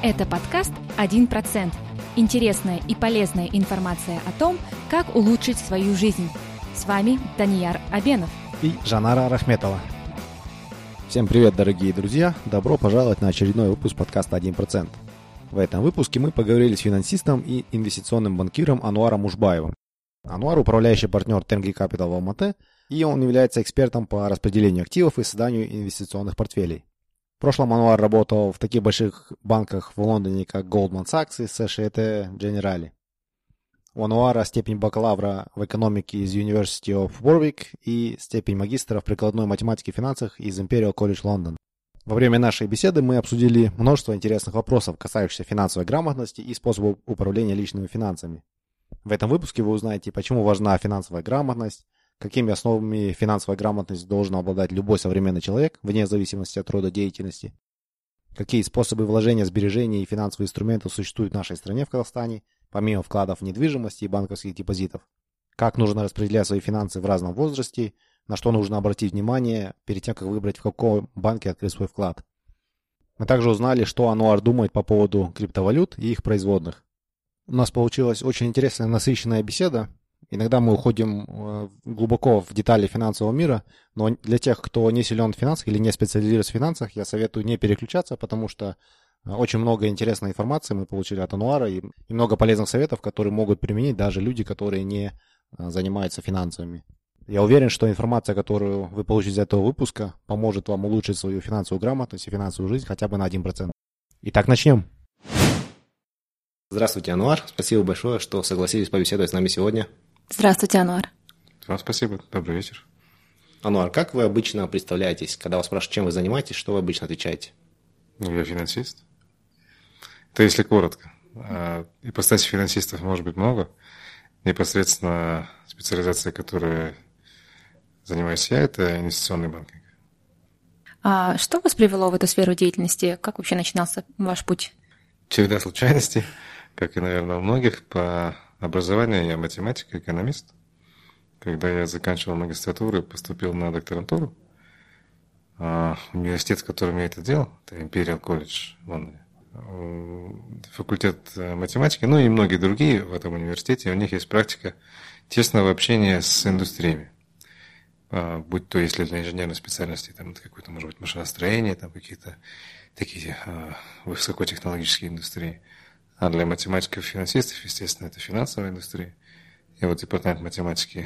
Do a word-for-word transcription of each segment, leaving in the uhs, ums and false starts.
Это подкаст «один процент». Интересная и полезная информация о том, как улучшить свою жизнь. С вами Данияр Абенов и Жанара Рахметова. Всем привет, дорогие друзья! Добро пожаловать на очередной выпуск подкаста «один процент». В этом выпуске мы поговорили с финансистом и инвестиционным банкиром Ануаром Ушбаевым. Ануар – управляющий партнер Tengi Capital в Алматы, и он является экспертом по распределению активов и созданию инвестиционных портфелей. В прошлом Ануар работал в таких больших банках в Лондоне, как Goldman Sachs и Societe Generale. У Ануара степень бакалавра в экономике из University of Warwick и степень магистра в прикладной математике и финансах из Imperial College London. Во время нашей беседы мы обсудили множество интересных вопросов, касающихся финансовой грамотности и способов управления личными финансами. В этом выпуске вы узнаете, почему важна финансовая грамотность, какими основами финансовой грамотности должен обладать любой современный человек, вне зависимости от рода деятельности, какие способы вложения сбережений и финансовых инструментов существуют в нашей стране, в Казахстане, помимо вкладов в недвижимость и банковских депозитов, как нужно распределять свои финансы в разном возрасте, на что нужно обратить внимание перед тем, как выбрать, в каком банке открыть свой вклад. Мы также узнали, что Ануар думает по поводу криптовалют и их производных. У нас получилась очень интересная, насыщенная беседа. Иногда мы уходим глубоко в детали финансового мира, но для тех, кто не силен в финансах или не специализируется в финансах, я советую не переключаться, потому что очень много интересной информации мы получили от Ануара и много полезных советов, которые могут применить даже люди, которые не занимаются финансами. Я уверен, что информация, которую вы получите из этого выпуска, поможет вам улучшить свою финансовую грамотность и финансовую жизнь хотя бы на один процент. Итак, начнем. Здравствуйте, Ануар. Спасибо большое, что согласились побеседовать с нами сегодня. Здравствуйте, Ануар. Вам спасибо. Добрый вечер. Ануар, как вы обычно представляетесь? Когда вас спрашивают, чем вы занимаетесь, что вы обычно отвечаете? Ну, я финансист. Это если коротко. Ипостасей финансистов может быть много. Непосредственно специализация, которой занимаюсь я, это инвестиционный банкинг. А что вас привело в эту сферу деятельности? Как вообще начинался ваш путь? Череда случайностей, как и, наверное, у многих. По образованию я математик, экономист. Когда я заканчивал магистратуру и поступил на докторантуру, университет, в котором я это делал, это Imperial College в Лондоне, факультет математики, ну и многие другие в этом университете, у них есть практика тесного общения с индустриями. Будь то, если для инженерной специальности, там какое-то, может быть, машиностроение, там какие-то такие высокотехнологические индустрии. А для математиков и финансистов, естественно, это финансовая индустрия. И вот департамент математики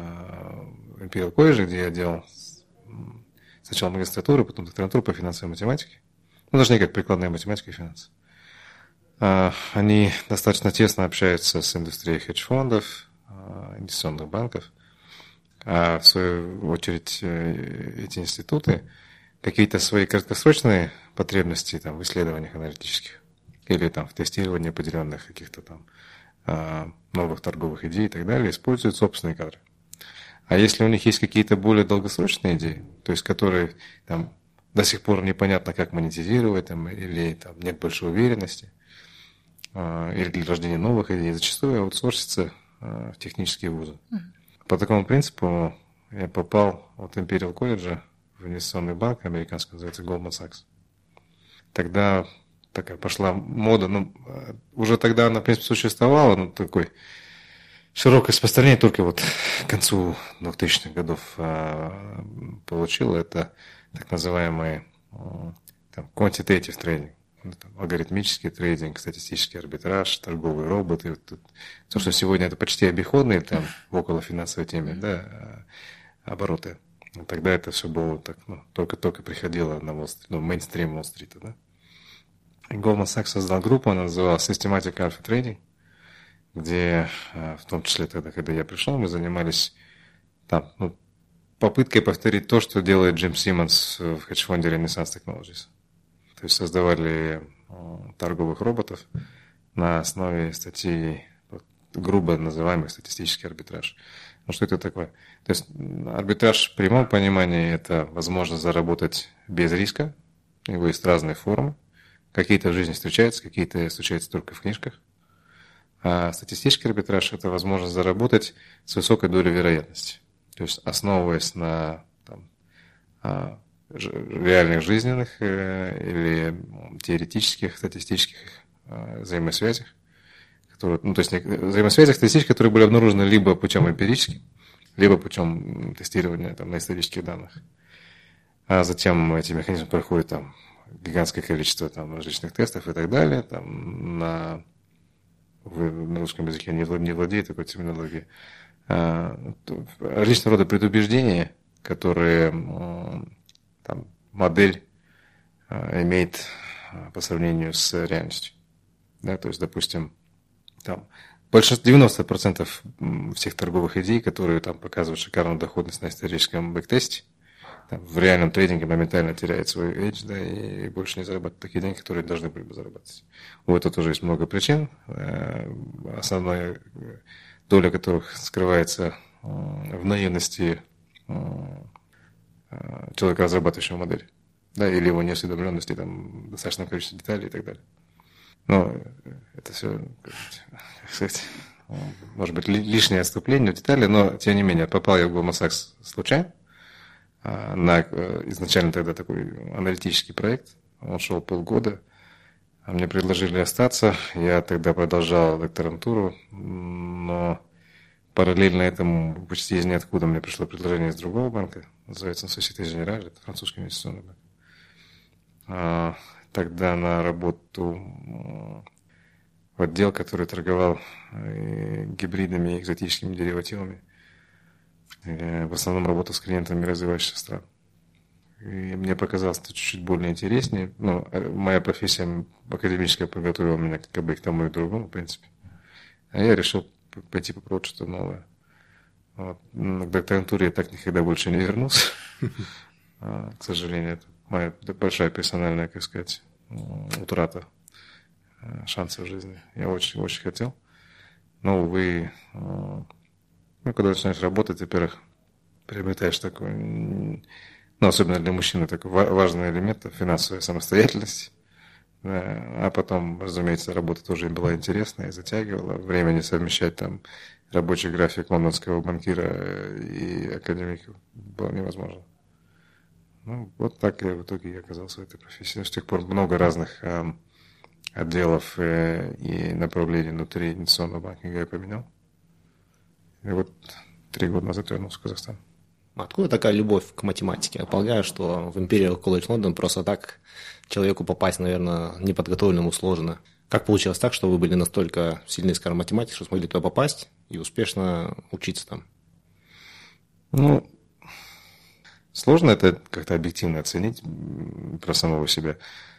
в Imperial College, где я делал сначала магистратуру, потом докторантуру по финансовой математике. Ну, даже не как прикладная математика и финансы. Они достаточно тесно общаются с индустрией хедж-фондов, инвестиционных банков. А в свою очередь эти институты какие-то свои краткосрочные потребности там, в исследованиях аналитических или там, в тестировании определенных каких-то там новых торговых идей и так далее, используют собственные кадры. А если у них есть какие-то более долгосрочные идеи, то есть которые там, до сих пор непонятно, как монетизировать, там, или там, нет большой уверенности, или для рождения новых идей, зачастую аутсорсится в технические вузы. По такому принципу я попал от Imperial College в инвестиционный банк, американский, называется Goldman Sachs. Тогда такая пошла мода, ну, уже тогда она, в принципе, существовала, но такой широкое распространение только вот к концу двухтысячных годов получила. Это так называемый там, quantitative trading, алгоритмический трейдинг, статистический арбитраж, торговые роботы. Вот, то, что сегодня это почти обиходные там в околофинансовой теме, да, обороты. Тогда это все было так, ну, только-только приходило на Уолл-стрит, ну, мейнстрим Уолл-стрита, да. И Goldman Sachs создал группу, она называлась Systematic Alpha Trading, где, в том числе тогда, когда я пришел, мы занимались там, ну, попыткой повторить то, что делает Джим Симмонс в хедж-фонде Renaissance Technologies. То есть создавали торговых роботов на основе статей, грубо называемый статистический арбитраж. Ну, что это такое? То есть арбитраж в прямом понимании – это возможность заработать без риска. Его есть разные формы. Какие-то в жизни встречаются, какие-то встречаются только в книжках. А статистический арбитраж – это возможность заработать с высокой долей вероятности. То есть основываясь на там, реальных жизненных или теоретических, статистических взаимосвязях, которые, ну, то есть взаимосвязях статистических, которые были обнаружены либо путем эмпирическим, либо путем тестирования там, на исторических данных. А затем эти механизмы проходят там гигантское количество там, различных тестов и так далее. Там, на, вы на русском языке не владеете такой терминологией. А, различного рода предубеждения, которые там, модель а, имеет по сравнению с реальностью. Да, то есть, допустим, там, большинство, девяносто процентов всех торговых идей, которые там, показывают шикарную доходность на историческом бэктесте, там, в реальном трейдинге моментально теряет свой эйдж, да, и больше не зарабатывают такие деньги, которые должны были бы зарабатывать. У этого тоже есть много причин, основная доля которых скрывается в наивности человека, разрабатывающего модель, да, или его неосведомленности, там, достаточное количество деталей и так далее. Но это все, как сказать, может быть, лишнее отступление в детали, но, тем не менее, попал я в Goldman Sachs случайно на изначально тогда такой аналитический проект. Он шел полгода, а мне предложили остаться. Я тогда продолжал докторантуру, но параллельно этому почти из ниоткуда мне пришло предложение из другого банка, называется Société Générale, это французский инвестиционный банк. Тогда на работу в отдел, который торговал гибридными и экзотическими деривативами. В основном работал с клиентами развивающихся стран. И мне показалось это чуть-чуть более интереснее. Ну, моя профессия академическая подготовила меня как бы к тому и к другому, в принципе. А я решил пойти попробовать что-то новое. Вот. К докторантуре я так никогда больше не вернулся. К сожалению, это моя большая персональная, как сказать, утрата шансов в жизни. Я очень-очень хотел. Но, увы, ну, когда начинаешь работать, во-первых, приобретаешь такой, ну, особенно для мужчины, такой важный элемент финансовой самостоятельности. Да. А потом, разумеется, работа тоже им была интересная и затягивала. Времени совмещать там рабочий график лондонского банкира и академика было невозможно. Ну, вот так я в итоге и оказался в этой профессии. С тех пор много разных э, отделов э, и направлений внутри инвестиционного банкинга я поменял. И вот три года назад вернулся в Казахстан. Откуда такая любовь к математике? Я полагаю, что в Imperial College London просто так человеку попасть, наверное, неподготовленному сложно. Как получилось так, что вы были настолько сильны, скажем, математики, что смогли туда попасть и успешно учиться там? Ну, сложно это как-то объективно оценить про самого себя.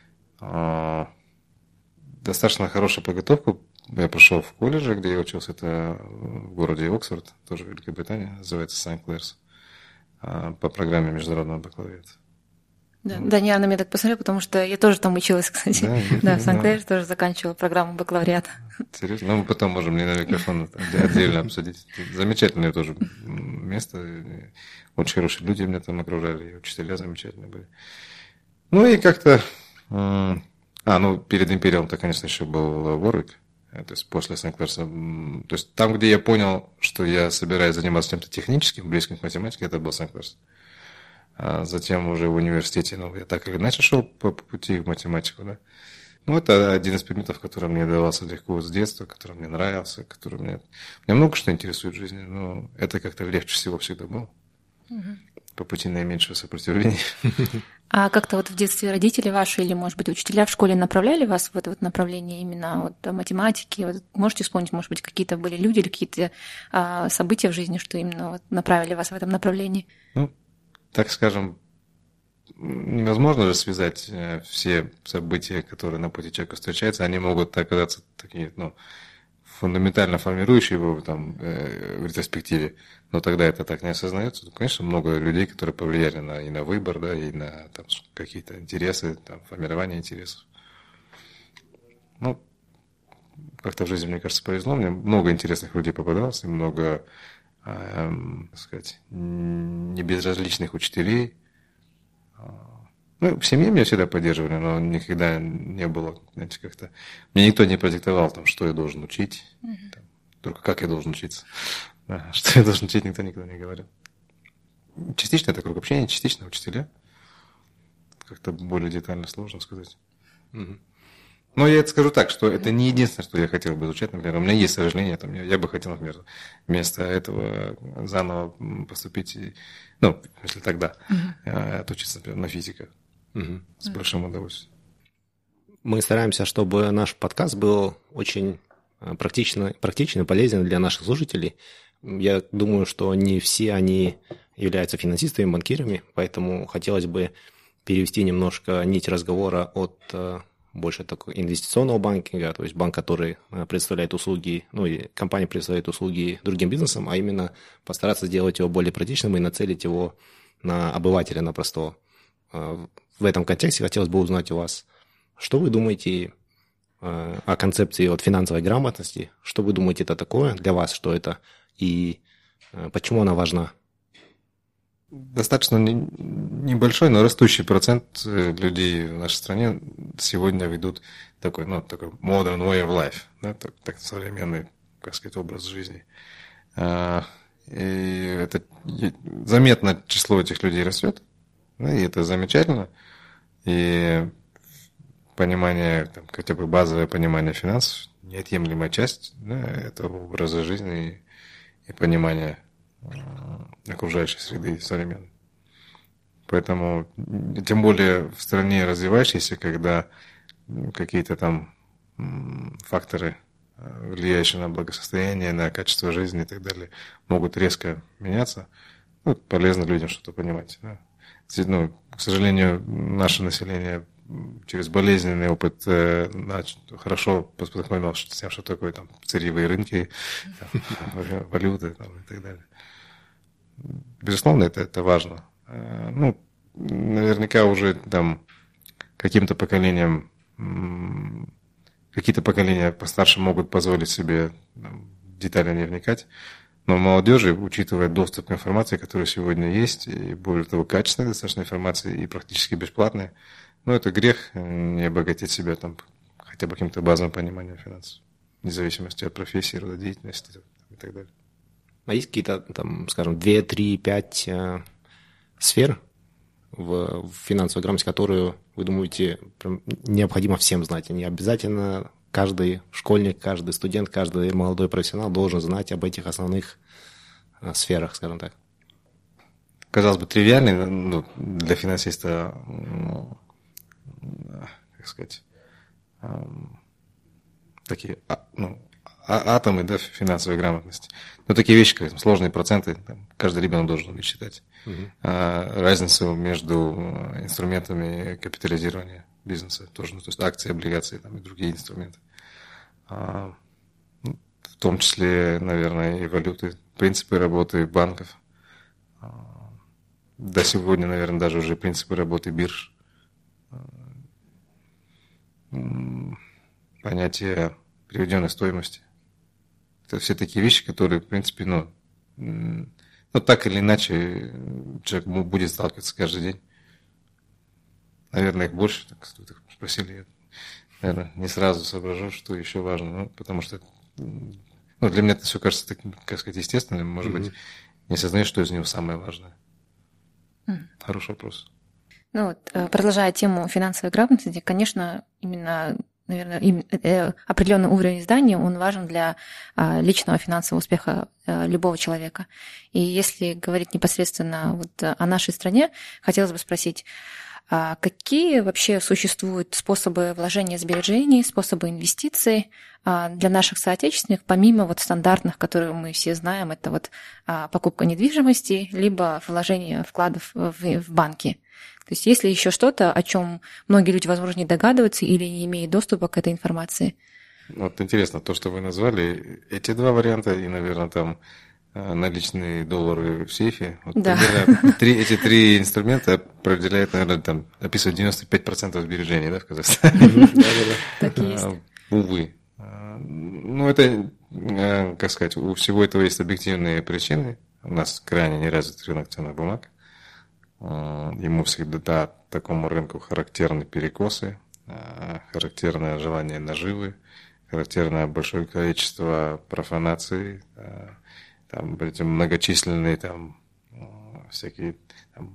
Достаточно хорошую подготовку я прошел в колледже, где я учился, это в городе Оксфорд, тоже в Великобритании, называется Сан-Клэрс, по программе международного бакалавриата. Да, ну, Данияр на меня так посмотрел, потому что я тоже там училась, кстати. Да, да в Сан-Клэрс тоже заканчивала программу бакалавриата. Серьезно? Ну, мы потом можем не на микрофон отдельно обсудить. Замечательное тоже место. Очень хорошие люди меня там окружали, и учителя замечательные были. Ну и как-то... А, ну, перед Империалом-то, конечно, еще был Уорвик. То есть после Сан-Клэрса. То есть там, где я понял, что я собираюсь заниматься чем-то техническим, близким к математике, это был Сан-Клэрс. А затем уже в университете, ну, я так или иначе шел по пути в математику, да. Ну, это один из предметов, который мне давался легко с детства, который мне нравился, который мне... Меня много что интересует в жизни, но это как-то легче всего всегда было. Угу. По пути наименьшего сопротивления. А как-то вот в детстве родители ваши или, может быть, учителя в школе направляли вас в это вот направление именно вот математики? Вот можете вспомнить, может быть, какие-то были люди или какие-то а, события в жизни, что именно вот направили вас в этом направлении? Ну, так скажем, невозможно же связать все события, которые на пути человека встречаются, они могут оказаться такие, ну, фундаментально формирующие его там, э, в ретроспективе, но тогда это так не осознается. Конечно, много людей, которые повлияли на, и на выбор, да, и на там, какие-то интересы, там, формирование интересов. Ну, как-то в жизни, мне кажется, повезло. Мне много интересных людей попадалось, и много, э, так сказать, небезразличных учителей. Ну, в семье меня всегда поддерживали, но никогда не было, знаете, как-то... Мне никто не продиктовал, там, что я должен учить, mm-hmm. там, только как я должен учиться. Да, что я должен учить, никто никогда не говорил. Частично это круг общения, частично учителя. как-то более детально сложно сказать. Угу. Но я это скажу так, что это не единственное, что я хотел бы изучать, например. У меня есть сожаление, там, я, я бы хотел, например, вместо этого заново поступить, и, ну, если тогда, угу. отучиться, например, на физика. Угу. С большим удовольствием. Мы стараемся, чтобы наш подкаст был очень практично, практичен и полезен для наших слушателей. Я думаю, что не все они являются финансистами, банкирами, поэтому хотелось бы перевести немножко нить разговора от больше такого инвестиционного банкинга, то есть банк, который предоставляет услуги, ну и компания предоставляет услуги другим бизнесам, а именно постараться сделать его более практичным и нацелить его на обывателя, на простого. В этом контексте хотелось бы узнать у вас, что вы думаете о концепции вот финансовой грамотности, что вы думаете это такое для вас, что это, и почему она важна? Достаточно небольшой, но растущий процент людей в нашей стране сегодня ведут такой, ну, такой modern way of life, да, так, так современный, как сказать, образ жизни. И это заметно число этих людей растет, да, и это замечательно. И понимание, там, хотя бы базовое понимание финансов, неотъемлемая часть, да, этого образа жизни и, и понимания окружающей среды современной. Поэтому, тем более в стране развивающейся, когда какие-то там факторы, влияющие на благосостояние, на качество жизни и так далее, могут резко меняться, ну, полезно людям что-то понимать. Да. Ну, к сожалению, наше население через болезненный опыт э, хорошо познакомилось с тем, что такое там сырьевые рынки, там, валюты там, и так далее. Безусловно, это, это важно. Ну, наверняка уже там каким-то поколениям, какие-то поколения постарше могут позволить себе там, детально не вникать, но молодежи, учитывая доступ к информации, которая сегодня есть, и более того, качественной достаточно информации и практически бесплатной, ну, это грех не обогатить себя там хотя бы каким-то базовым пониманием финансов, вне зависимости от профессии, рода деятельности и так далее. А есть какие-то, там, скажем, две, три, пять э, сфер в, в финансовой грамоте, которую, вы думаете, прям необходимо всем знать? Не обязательно каждый школьник, каждый студент, каждый молодой профессионал должен знать об этих основных э, сферах, скажем так. Казалось бы, тривиальный, ну, для финансиста, ну, как сказать, э, такие, ну, атомы, да, финансовой грамотности. Но такие вещи, как там, сложные проценты, там, каждый ребенок должен уметь считать. Uh-huh. А, разницу между инструментами капитализирования бизнеса тоже, ну, то есть акции, облигации там, и другие инструменты. А, в том числе, наверное, и валюты, принципы работы банков. А, до сегодня, наверное, даже уже принципы работы бирж. А, понятие приведенной стоимости. Это все такие вещи, которые, в принципе, ну, ну, так или иначе человек будет сталкиваться каждый день. Наверное, их больше, так спросили, я, наверное, не сразу соображу, что еще важно, ну, потому что, ну, для меня это все кажется, так, как сказать, естественным, может mm-hmm. быть, не осознаешь, что из него самое важное. Mm. Хороший вопрос. Ну, вот, продолжая тему финансовой грамотности, конечно, именно наверное, определенный уровень знаний, он важен для личного финансового успеха любого человека. И если говорить непосредственно вот о нашей стране, хотелось бы спросить, какие вообще существуют способы вложения сбережений, способы инвестиций для наших соотечественников, помимо вот стандартных, которые мы все знаем, это вот покупка недвижимости, либо вложение вкладов в банки. То есть есть ли еще что-то, о чем многие люди, возможно, не догадываются или не имеют доступа к этой информации? Вот интересно, то, что вы назвали, эти два варианта, и, наверное, там наличные доллары в сейфе. Вот да. Примерно три, эти три инструмента определяют, наверное, там описывают девяносто пять процентов сбережений, да, в Казахстане. Так и есть. Увы. Ну, это, как сказать, у всего этого есть объективные причины. У нас крайне неразвитый рынок ценных бумаг. Ему всегда, да, такому рынку характерны перекосы, характерное желание наживы, характерное большое количество профанаций, там, многочисленные там, всякие там,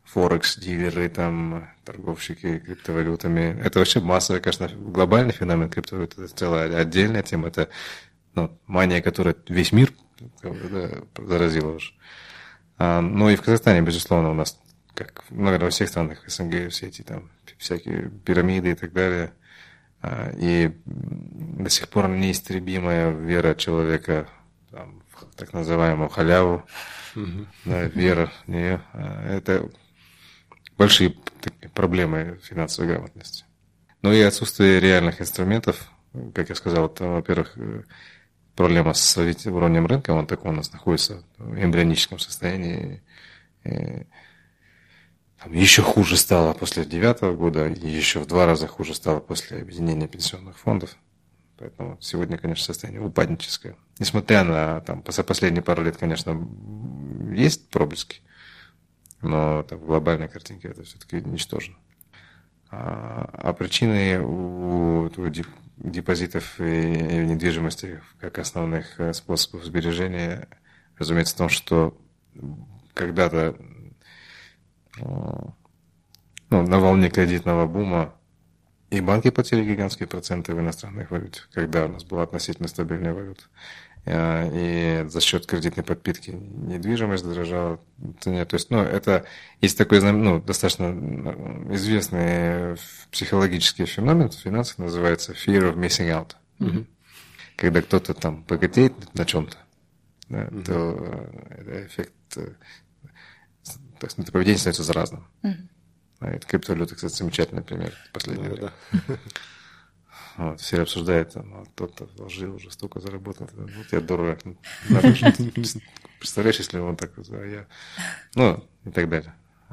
Форекс, дилеры, там, торговщики криптовалютами. Это вообще массовый, конечно, глобальный феномен криптовалют. Это целая отдельная тема. Это ну, мания, которая весь мир да, заразила уже. А, ну и в Казахстане, безусловно, у нас, как, наверное, во всех странах СНГ, все эти там всякие пирамиды и так далее. А, и до сих пор неистребимая вера человека там, в так называемую халяву. Mm-hmm. Да, вера в нее. Это большие проблемы финансовой грамотности. Ну и отсутствие реальных инструментов, как я сказал, это, во-первых, проблема с уровнем рынка, он такой у нас находится в эмбрионическом состоянии. И, там, еще хуже стало после две тысячи девятого года, и еще в два раза хуже стало после объединения пенсионных фондов. Поэтому сегодня, конечно, состояние упадническое. Несмотря на там, последние пару лет, конечно, есть проблески, но там, в глобальной картинке это все-таки ничтожно. А, а причины у, у депозитов и, и недвижимости как основных способов сбережения, разумеется, в том, что когда-то ну, на волне кредитного бума и банки платили гигантские проценты в иностранных валюте, когда у нас была относительно стабильная валюта. И за счет кредитной подпитки недвижимость дорожала. То есть, ну, это есть такой ну, достаточно известный психологический феномен в финансах, называется fear of missing out. Mm-hmm. Когда кто-то там богатеет на чем-то, да, mm-hmm. то это эффект, то есть это поведение становится заразным. Mm-hmm. Это криптовалюта, кстати, замечательный пример последнего времени. Вот, все обсуждают, там, кто-то вложил, уже столько заработал. Вот я дурак. Представляешь, если он так, а я... Ну, и так далее.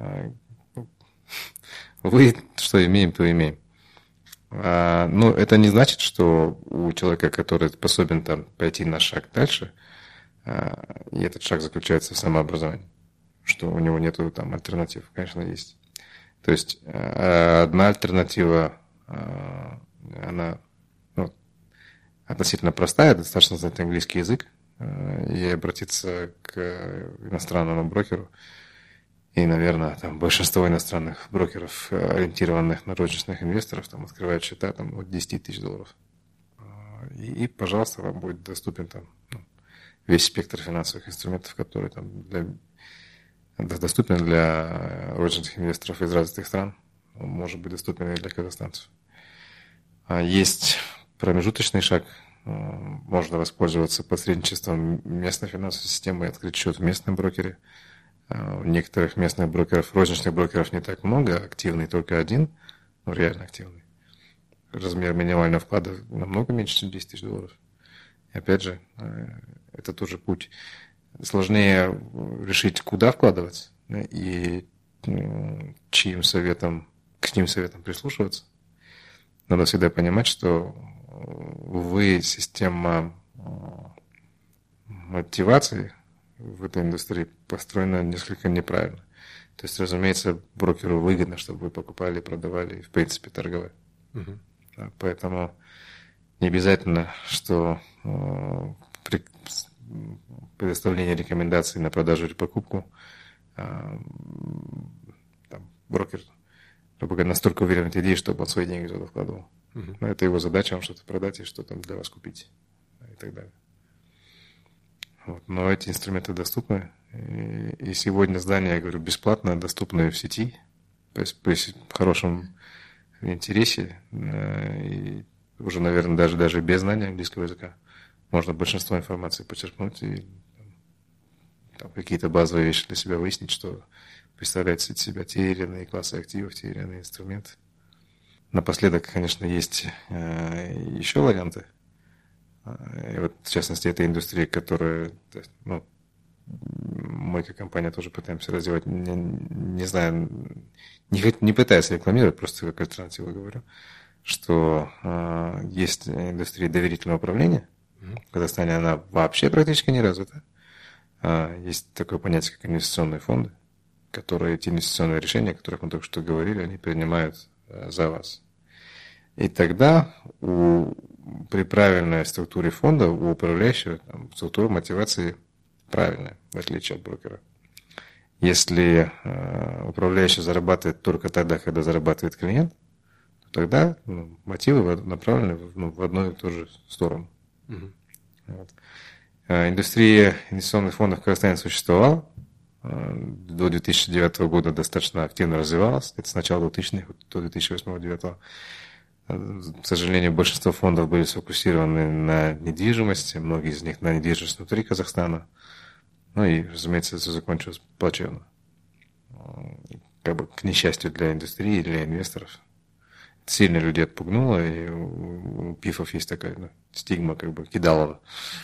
Вы что имеем, то имеем. А, ну, это не значит, что у человека, который способен там пойти на шаг дальше, а, и этот шаг заключается в самообразовании, что у него нету там альтернатив. Конечно, есть. То есть одна альтернатива, она ну, относительно простая, достаточно знать английский язык и обратиться к иностранному брокеру. И, наверное, там большинство иностранных брокеров, ориентированных на розничных инвесторов, там открывают счета там, от десять тысяч долларов. И, и, пожалуйста, вам будет доступен там, ну, весь спектр финансовых инструментов, которые там для... доступен для розничных инвесторов из развитых стран, он может быть доступен и для казахстанцев. Есть промежуточный шаг, можно воспользоваться посредничеством местной финансовой системы и открыть счет в местном брокере. У некоторых местных брокеров, розничных брокеров не так много, активный только один, но реально активный. Размер минимального вклада намного меньше, чем десять тысяч долларов. И опять же, это тоже путь. Сложнее решить, куда вкладываться, и чьим советом, к чьим советам прислушиваться. Надо всегда понимать, что вы система мотивации в этой индустрии построена несколько неправильно. То есть, разумеется, брокеру выгодно, чтобы вы покупали, продавали и, в принципе, торговали. Угу. Да, поэтому не обязательно, что при предоставлении рекомендаций на продажу или покупку там, брокер настолько уверен в этой идее, чтобы он свои деньги туда вкладывал. Uh-huh. Но это его задача, вам что-то продать и что-то для вас купить и так далее. Вот. Но эти инструменты доступны. И, и сегодня здания, я говорю, бесплатно доступны в сети. То есть при хорошем интересе и уже, наверное, даже, даже без знания английского языка можно большинство информации почерпнуть и там, какие-то базовые вещи для себя выяснить, что представляют из себя те или иные классы активов, те или иные инструменты. Напоследок, конечно, есть э, еще варианты. И вот, в частности, эта индустрия, которую ну, мы как компания тоже пытаемся развивать, не, не знаю, не, не пытаюсь рекламировать, просто как альтернативу говорю, что э, есть индустрия доверительного управления. В Казахстане она вообще практически не развита. Есть такое понятие, как инвестиционные фонды, которые эти инвестиционные решения, о которых мы только что говорили, они принимают за вас. И тогда у, при правильной структуре фонда у управляющего там, структура мотивации правильная, в отличие от брокера. Если э, управляющий зарабатывает только тогда, когда зарабатывает клиент, то тогда ну, мотивы направлены в, ну, в одну и ту же сторону. Uh-huh. Вот. Э, индустрия инвестиционных фондов в Казахстане существовала. Э, до две тысячи девятого года достаточно активно развивалась. Это с начала двухтысячных до две тысячи восьмого — две тысячи девятого. К сожалению, большинство фондов были сфокусированы на недвижимости, многие из них на недвижимости внутри Казахстана. Ну и, разумеется, это закончилось плачевно. Как бы к несчастью для индустрии и для инвесторов. Это сильно людей отпугнуло, и у пифов есть такая ну, стигма, как бы кидалова.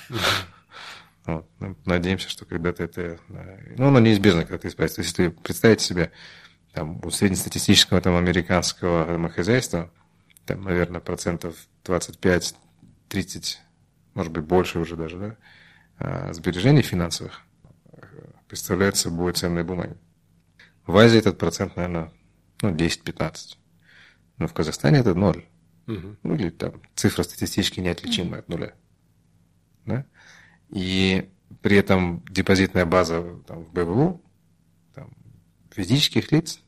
Вот. Надеемся, что когда-то это... Ну, оно неизбежно как-то исправится. То есть, если представить себе там, у среднестатистического там, американского домохозяйства, там, наверное, процентов двадцать пять - тридцать, может быть, больше уже даже, да, сбережений финансовых представляют собой ценные бумаги. В Азии этот процент, наверное, ну, десять - пятнадцать. Но в Казахстане это ноль. Угу. Ну, или там цифра статистически неотличимая от нуля. Да? И при этом депозитная база там, в БВУ там, физических лиц,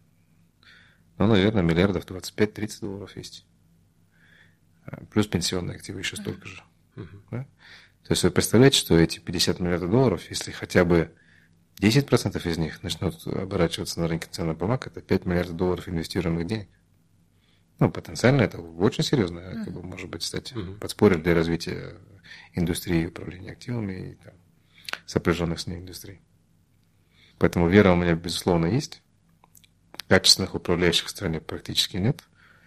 ну, наверное, миллиардов двадцать пять - тридцать долларов есть. Плюс пенсионные активы еще столько же. Uh-huh. Да? То есть вы представляете, что эти пятьдесят миллиардов долларов, если хотя бы десять процентов из них начнут оборачиваться на рынке ценных бумаг, это пять миллиардов долларов инвестируемых денег. Ну, потенциально это очень серьезно, uh-huh. как бы, может быть, кстати, uh-huh. подспорье для развития индустрии управления активами и там, сопряженных с ней индустрий. Поэтому вера у меня, безусловно, есть. Качественных управляющих в стране практически нет,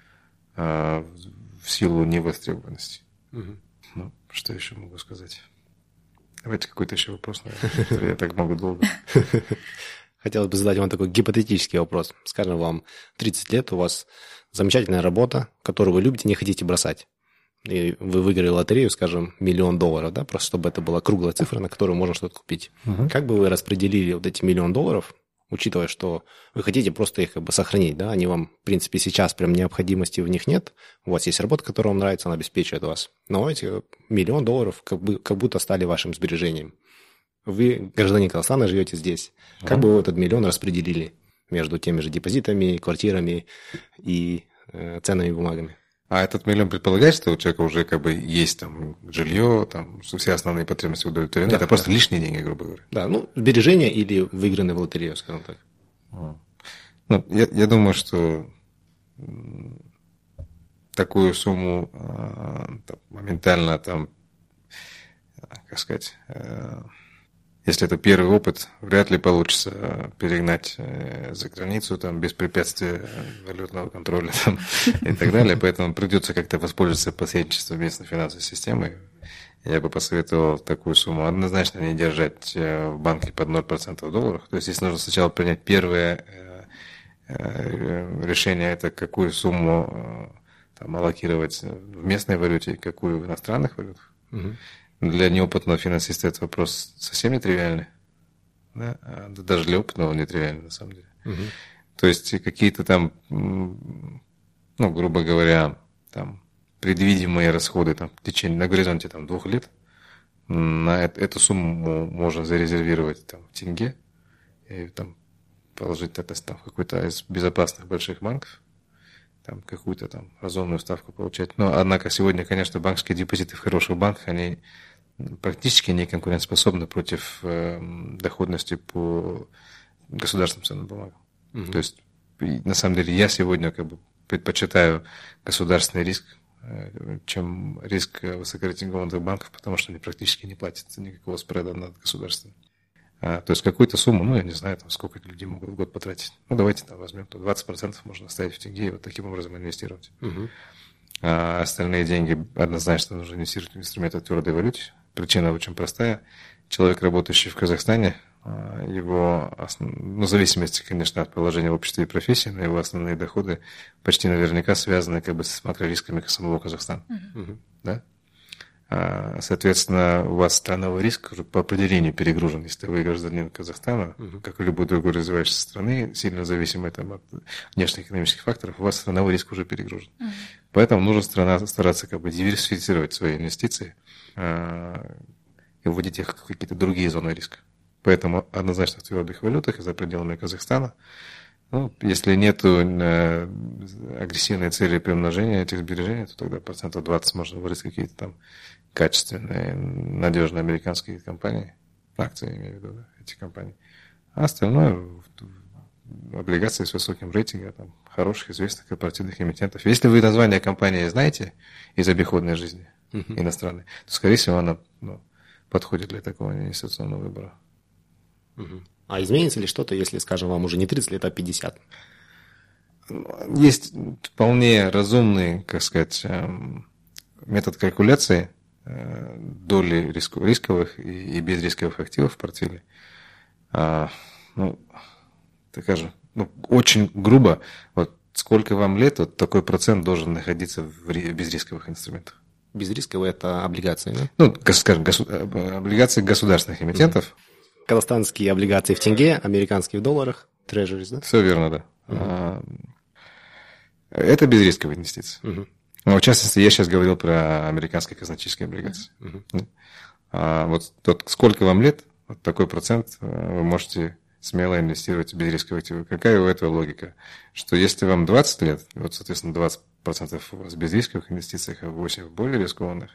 а, в силу невостребованности. Uh-huh. Ну, что еще могу сказать? Давайте какой-то еще вопрос, наверное. Я так могу долго. Хотелось бы задать вам такой гипотетический вопрос. Скажем, вам тридцать лет, у вас замечательная работа, которую вы любите, не хотите бросать. И вы выиграли лотерею, скажем, миллион долларов, да, просто чтобы это была круглая цифра, на которую можно что-то купить. Угу. Как бы вы распределили вот эти миллион долларов, учитывая, что вы хотите просто их как бы сохранить, да, они вам, в принципе, сейчас прям необходимости в них нет, у вас есть работа, которая вам нравится, она обеспечивает вас, но эти миллион долларов как, бы, как будто стали вашим сбережением. Вы, гражданин Казахстана, живете здесь. Как mm-hmm. бы вы этот миллион распределили между теми же депозитами, квартирами и э, ценными бумагами? А этот миллион предполагает, что у человека уже как бы есть там жилье, там все основные потребности удовлетворены. Да, это да. просто лишние деньги, грубо говоря. Да, ну, сбережения или выигранные в лотерею, скажем так. Ну, я, я думаю, что такую сумму там, моментально там, как сказать, если это первый опыт, вряд ли получится перегнать за границу там, без препятствия валютного контроля там, и так далее. Поэтому придется как-то воспользоваться посредничеством местной финансовой системы. Я бы посоветовал такую сумму однозначно не держать в банке под ноль процентов долларов. То есть, если нужно сначала принять первое решение, это какую сумму там, аллокировать в местной валюте и какую в иностранных валютах. Угу. Для неопытного финансиста этот вопрос совсем нетривиальный. Да? А даже для опытного нетривиальный, на самом деле. Угу. То есть какие-то там, ну, грубо говоря, там, предвидимые расходы там, в течение, на горизонте там, двух лет, на эту сумму можно зарезервировать там, в тенге и там, положить это там, в какой-то из безопасных больших банков, там, какую-то там разумную ставку получать. Но, однако, сегодня, конечно, банковские депозиты в хороших банках, они практически не конкурентоспособны против э, доходности по государственным ценным бумагам. Угу. То есть, на самом деле, я сегодня как бы предпочитаю государственный риск, э, чем риск высокорейтингованных банков, потому что они практически не платят никакого спреда над государством. А, то есть, какую-то сумму, ну, я не знаю, там, сколько людей могут в год потратить. Ну, давайте там возьмем, то двадцать процентов можно оставить в тенге и вот таким образом инвестировать. Угу. А остальные деньги однозначно нужно инвестировать в инструменты твердой валюты. Причина очень простая. Человек, работающий в Казахстане, его, ну, в зависимости, конечно, от положения в обществе и профессии, но его основные доходы почти наверняка связаны как бы с макрорисками самого Казахстана. Угу. Да? Соответственно, у вас страновой риск уже по определению перегружен, если вы гражданин Казахстана, uh-huh. как и любой другой развивающейся страны, сильно зависимый там, от внешних экономических факторов, у вас страновой риск уже перегружен. Uh-huh. Поэтому нужно страна, стараться как бы диверсифицировать свои инвестиции э, и вводить их в какие-то другие зоны риска. Поэтому однозначно в твердых валютах и за пределами Казахстана. Ну, если нет агрессивной цели приумножения этих сбережений, то тогда процентов двадцать можно вырыть какие-то там качественные, надежные американские компании, акции, имею в виду, да, эти компании. А остальное облигации с высоким рейтингом, там, хороших, известных корпоративных эмитентов. Если вы название компании знаете из обиходной жизни uh-huh. иностранной, то, скорее всего, она ну, подходит для такого инвестиционного выбора. Uh-huh. А изменится ли что-то, если, скажем, вам уже не тридцать лет, а пятьдесят? Есть вполне разумный, как сказать, метод калькуляции доли рисковых и безрисковых активов в портфеле. Ну, скажем, ну, очень грубо, вот сколько вам лет, вот такой процент должен находиться в безрисковых инструментах. Безрисковые – это облигации, да? Ну, скажем, госу... облигации государственных эмитентов. Uh-huh. Казахстанские облигации в тенге, американские в долларах, трежерис, да? Все верно, да. Uh-huh. Это безрисковые инвестиции. Uh-huh. Но, в частности, я сейчас говорил про американские казначейские облигации. Uh-huh. А вот тот, сколько вам лет, вот такой процент вы можете смело инвестировать в безрисковые активы. Какая у этого логика? Что если вам двадцать лет, вот, соответственно, двадцать процентов у вас в безрисковых инвестициях, а восемь процентов в более рискованных,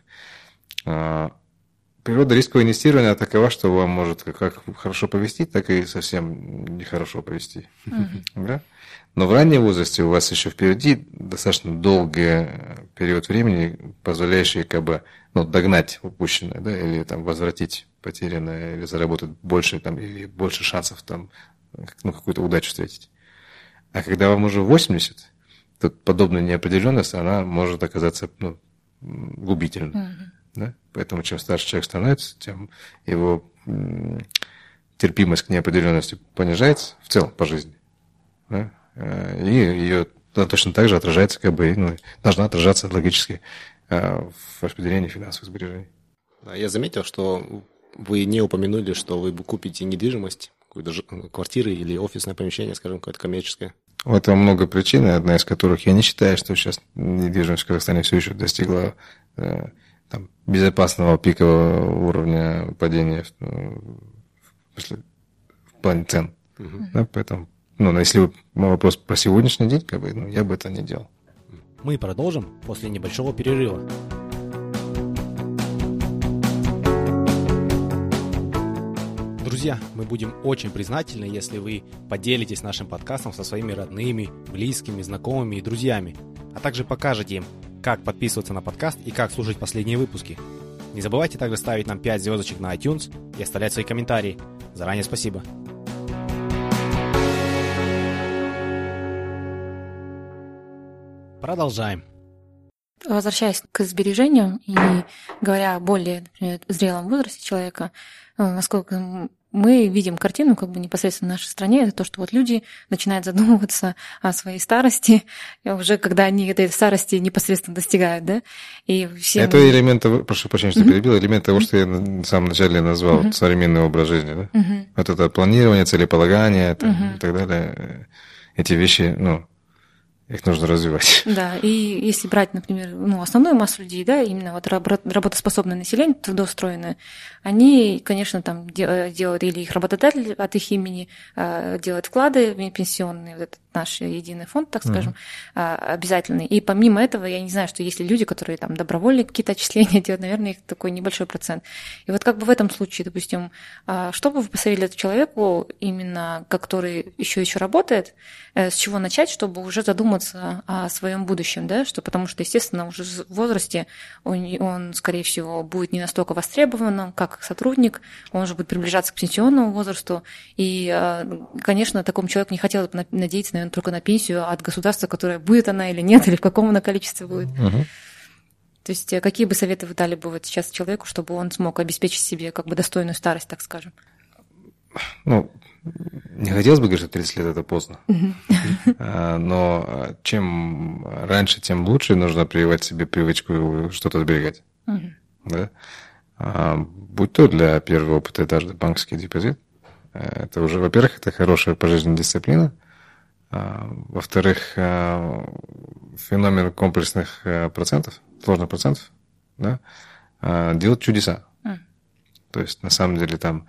природа рискового инвестирования такова, что вам может как хорошо повести, так и совсем нехорошо повести. Mm-hmm. Да? Но в раннем возрасте у вас еще впереди достаточно долгий период времени, позволяющий как бы ну, догнать упущенное, да, или там, возвратить потерянное, или заработать больше, там, или больше шансов там, ну, какую-то удачу встретить. А когда вам уже восемьдесят, то подобная неопределенность, она может оказаться ну, губительной. Mm-hmm. Да? Поэтому чем старше человек становится, тем его терпимость к неопределенности понижается в целом по жизни. Да? И ее точно так же отражается, как бы, ну, должна отражаться логически в распределении финансовых сбережений. Я заметил, что вы не упомянули, что вы купите недвижимость, какую-то квартиру или офисное помещение, скажем, какое-то коммерческое. У этого много причин, одна из которых я не считаю, что сейчас недвижимость в Казахстане все еще достигла там, безопасного пикового уровня падения в, в, в плане цен. Uh-huh. Да, поэтому, ну, если вы, мой вопрос про сегодняшний день, как бы, ну, я бы это не делал. Мы продолжим после небольшого перерыва. Друзья, мы будем очень признательны, если вы поделитесь нашим подкастом со своими родными, близкими, знакомыми и друзьями, а также покажете им, как подписываться на подкаст и как слушать последние выпуски. Не забывайте также ставить нам пять звездочек на iTunes и оставлять свои комментарии. Заранее спасибо. Продолжаем. Возвращаясь к сбережениям и говоря о более, например, зрелом возрасте человека, насколько мы видим картину как бы непосредственно в нашей стране, это то, что вот люди начинают задумываться о своей старости, уже когда они этой старости непосредственно достигают, да? И все это мы... элемент, прошу прощения, что mm-hmm. перебил, элемент того, что я в самом начале назвал mm-hmm. современный образ жизни, да? Mm-hmm. Вот это планирование, целеполагание там, mm-hmm. и так далее. Эти вещи, ну, их нужно развивать. Да, и если брать, например, ну, основную массу людей, да, именно вот работоспособное население, трудоустроенное, они, конечно, там делают, или их работодатель от их имени делает вклады пенсионные, вот этот наш единый фонд, так скажем, uh-huh. обязательный. И помимо этого, я не знаю, что есть ли люди, которые там добровольные какие-то отчисления делают, наверное, их такой небольшой процент. И вот как бы в этом случае, допустим, что бы вы посоветовали человеку, именно который еще еще работает, с чего начать, чтобы уже задуматься о своем будущем, да, что, потому что, естественно, уже в возрасте он, он, скорее всего, будет не настолько востребованным, как сотрудник, он уже будет приближаться к пенсионному возрасту, и, конечно, такому человеку не хотелось бы надеяться, наверное, только на пенсию от государства, которая будет она или нет, или в каком она количестве будет. Uh-huh. То есть какие бы советы вы дали бы вот сейчас человеку, чтобы он смог обеспечить себе как бы достойную старость, так скажем? Ну, не хотелось бы говорить, что тридцать лет – это поздно. Uh-huh. Но чем раньше, тем лучше. Нужно прививать себе привычку что-то сберегать. Uh-huh. Да? Будь то для первого опыта даже банковский депозит. Это уже, во-первых, это хорошая пожизненная дисциплина. Во-вторых, феномен комплексных процентов, сложных процентов, да, делает чудеса. Mm. То есть, на самом деле, там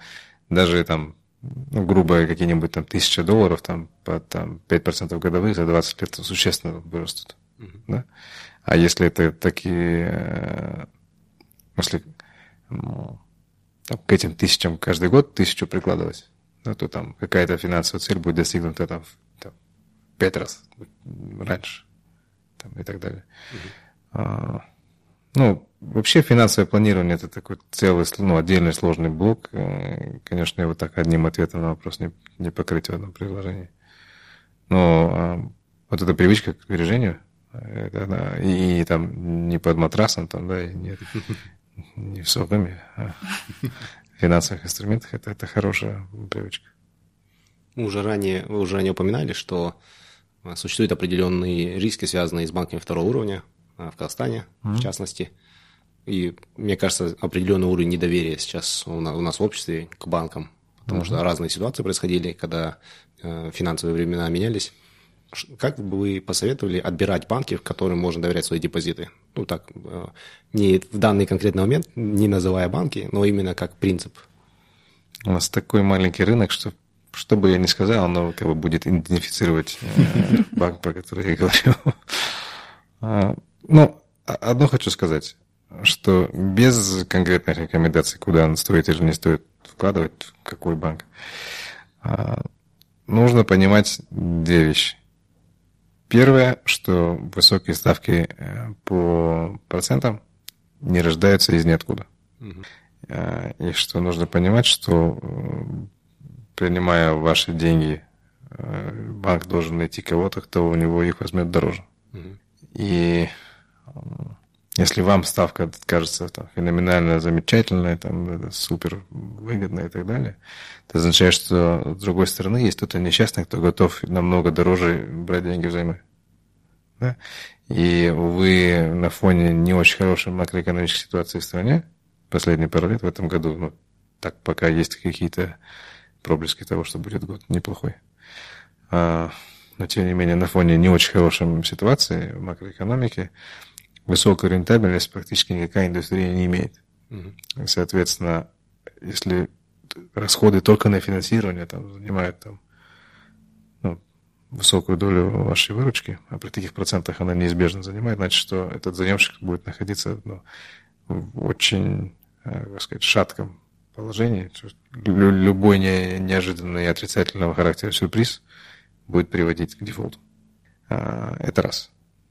даже там, ну, грубо, какие-нибудь там тысяча долларов, там, по там, пять процентов годовых за двадцать лет существенно вырастут. Mm-hmm. Да? А если это такие, если ну, там, к этим тысячам каждый год тысячу прикладывать, ну, то там какая-то финансовая цель будет достигнута там, там пять раз раньше там, и так далее. Mm-hmm. А, ну, вообще финансовое планирование – это такой целый, ну, отдельный сложный блок. Конечно, его так одним ответом на вопрос не, не покрыть в одном предложении. Но а, вот эта привычка к сбережению, это, да, и, и там не под матрасом, там, да, и не, не в соками, а в финансовых инструментах, это, это хорошая привычка. Мы уже ранее, вы уже ранее упоминали, что существуют определенные риски, связанные с банками второго уровня в Казахстане, mm-hmm. в частности. И, мне кажется, определенный уровень недоверия сейчас у нас, у нас в обществе к банкам, потому mm-hmm. что разные ситуации происходили, когда э, финансовые времена менялись. Как бы вы посоветовали отбирать банки, в которым можно доверять свои депозиты? Ну, так, э, не в данный конкретный момент, не называя банки, но именно как принцип. У нас такой маленький рынок, что что бы я ни сказал, оно как бы будет идентифицировать э, банк, про который я говорю. Ну, одно хочу сказать, что без конкретных рекомендаций, куда стоит или не стоит вкладывать, в какой банк, нужно понимать две вещи. Первое, что высокие ставки по процентам не рождаются из ниоткуда. Угу. И что нужно понимать, что принимая ваши деньги, банк должен найти кого-то, кто у него их возьмет дороже. Угу. И если вам ставка кажется там, феноменально замечательная, там, супер выгодная и так далее, это означает, что с другой стороны есть кто-то несчастный, кто готов намного дороже брать деньги взаймы. Да? И вы на фоне не очень хорошей макроэкономической ситуации в стране последние пару лет в этом году, ну, так пока есть какие-то проблески того, что будет год неплохой. А, но тем не менее на фоне не очень хорошей ситуации в макроэкономике высокую рентабельность практически никакая индустрия не имеет. Mm-hmm. Соответственно, если расходы только на финансирование там, занимают там, ну, высокую долю вашей выручки, а при таких процентах она неизбежно занимает, значит, что этот заемщик будет находиться ну, в очень, как сказать, шатком положении. Любой не, неожиданный и отрицательного характера сюрприз будет приводить к дефолту. Это раз.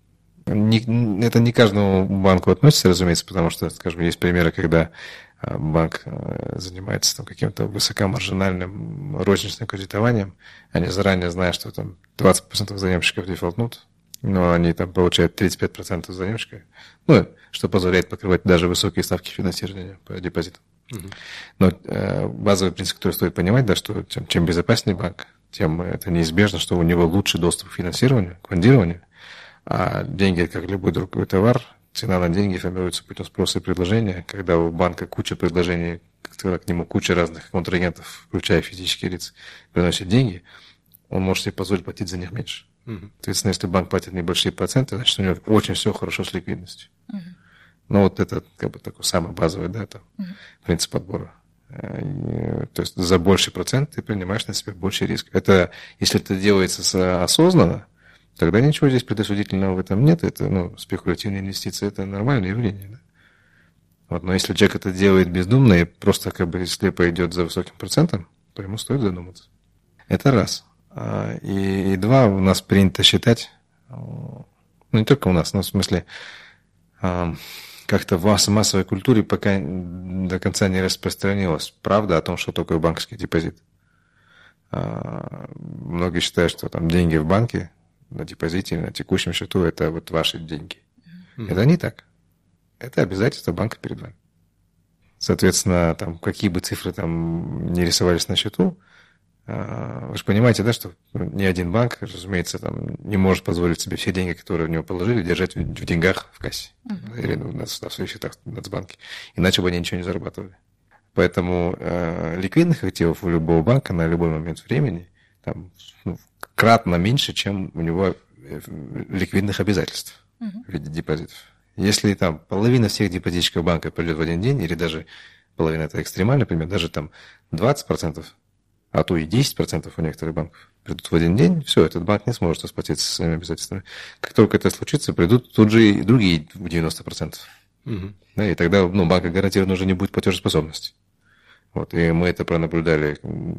Не, это не каждому банку относится, разумеется, потому что, скажем, есть примеры, когда банк занимается там, каким-то высокомаржинальным розничным кредитованием, они заранее знают, что там двадцать процентов заемщиков дефолтнут, но они там получают тридцать пять процентов заемщиков, ну, что позволяет покрывать даже высокие ставки финансирования по депозитам. Угу. Но э, базовый принцип, который стоит понимать, да, что чем, чем безопаснее банк, тем это неизбежно, что у него лучший доступ к финансированию, к фондированию. А деньги, как любой другой товар, цена на деньги формируется путем спроса и предложения. Когда у банка куча предложений, когда к нему куча разных контрагентов, включая физические лица, приносят деньги, он может себе позволить платить за них меньше. Uh-huh. Соответственно, если банк платит небольшие проценты, значит, у него очень все хорошо с ликвидностью. Uh-huh. Ну, вот это как бы такой самый базовый, да, там, uh-huh. принцип отбора. То есть за больший процент ты принимаешь на себя больше риск. Это, если это делается осознанно, тогда ничего здесь предосудительного в этом нет. Это, ну, спекулятивные инвестиции – это нормальное явление. Да? Вот, но если человек это делает бездумно и просто как бы слепо идет за высоким процентом, то ему стоит задуматься. Это раз. И, и два, у нас принято считать, ну, не только у нас, но в смысле, как-то в массовой культуре пока до конца не распространилась правда о том, что такое банковский депозит. Многие считают, что там деньги в банке, на депозите, на текущем счету, это вот ваши деньги. Mm-hmm. Это не так. Это обязательство банка перед вами. Соответственно, там, какие бы цифры там не рисовались на счету, вы же понимаете, да, что ни один банк, разумеется, там, не может позволить себе все деньги, которые в него положили, держать в деньгах в кассе. Mm-hmm. Или на, на своих счетах в Нацбанке. Иначе бы они ничего не зарабатывали. Поэтому э, ликвидных активов у любого банка на любой момент времени там, ну, кратно меньше, чем у него ликвидных обязательств uh-huh. в виде депозитов. Если там половина всех депозитчиков банка придет в один день, или даже половина это экстремальный пример, даже там двадцать процентов, а то и десять процентов у некоторых банков придут в один день, все, этот банк не сможет расплатиться со своими обязательствами. Как только это случится, придут тут же и другие девяносто процентов. Угу. Да, и тогда ну, банка гарантированно уже не будет платежеспособности. Вот, и мы это пронаблюдали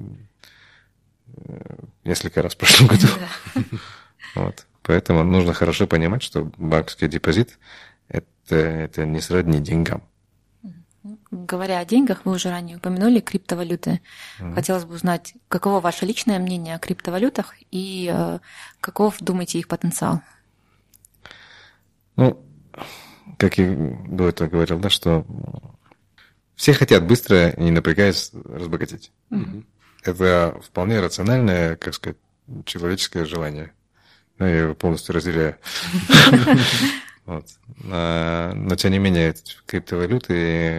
несколько раз в прошлом году. Вот. Поэтому нужно хорошо понимать, что банковский депозит это, это не сродни деньгам. Говоря о деньгах, вы уже ранее упомянули криптовалюты. Mm-hmm. Хотелось бы узнать, каково ваше личное мнение о криптовалютах и э, каков, думаете, их потенциал? Ну, как я до этого говорил, да, что все хотят быстро и не напрягаясь разбогатеть. Mm-hmm. Это вполне рациональное, как сказать, человеческое желание. Ну, я его полностью разделяю. Вот. Но, но, тем не менее, криптовалюты